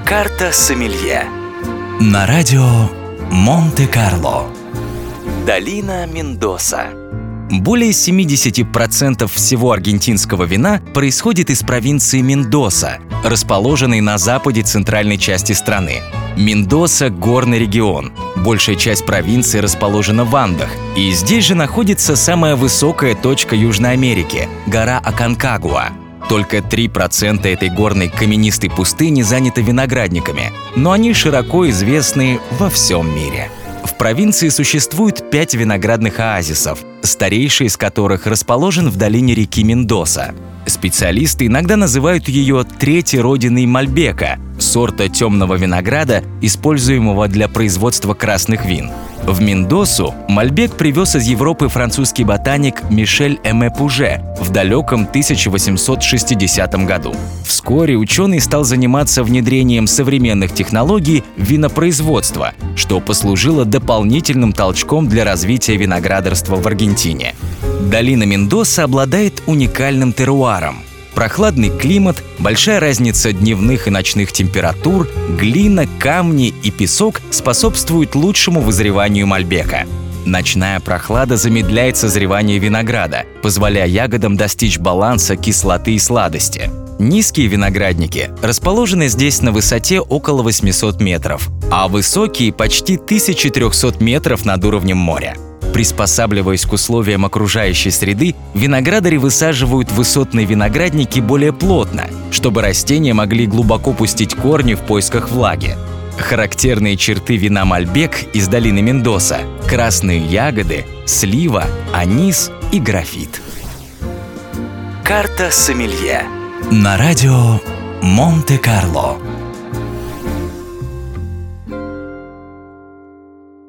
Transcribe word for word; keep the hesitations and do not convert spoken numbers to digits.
Карта сомелье. На радио Монте-Карло. Долина Мендоса. Более семьдесят процентов всего аргентинского вина происходит из провинции Мендоса, расположенной на западе центральной части страны. Мендоса – горный регион. Большая часть провинции расположена в Андах, и здесь же находится самая высокая точка Южной Америки – гора Аконкагуа. Только три процента этой горной каменистой пустыни заняты виноградниками, но они широко известны во всем мире. В провинции существует пять виноградных оазисов, старейший из которых расположен в долине реки Мендоса. Специалисты иногда называют ее третьей родиной Мальбека, сорта темного винограда, используемого для производства красных вин. В Мендосу Мальбек привез из Европы французский ботаник Мишель Эме Пуже в далеком тысяча восемьсот шестидесятом году. Вскоре ученый стал заниматься внедрением современных технологий в винопроизводство, что послужило дополнительным толчком для развития виноградарства в Аргентине. Долина Мендоса обладает уникальным теруаром. Прохладный климат, большая разница дневных и ночных температур, глина, камни и песок способствуют лучшему вызреванию мальбека. Ночная прохлада замедляет созревание винограда, позволяя ягодам достичь баланса кислоты и сладости. Низкие виноградники расположены здесь на высоте около восьмисот метров, а высокие – почти тысяча триста метров над уровнем моря. Приспосабливаясь к условиям окружающей среды, виноградари высаживают высотные виноградники более плотно, чтобы растения могли глубоко пустить корни в поисках влаги. Характерные черты вина Мальбек из долины Мендоса – красные ягоды, слива, анис и графит. Карта сомелье. На радио Монте-Карло.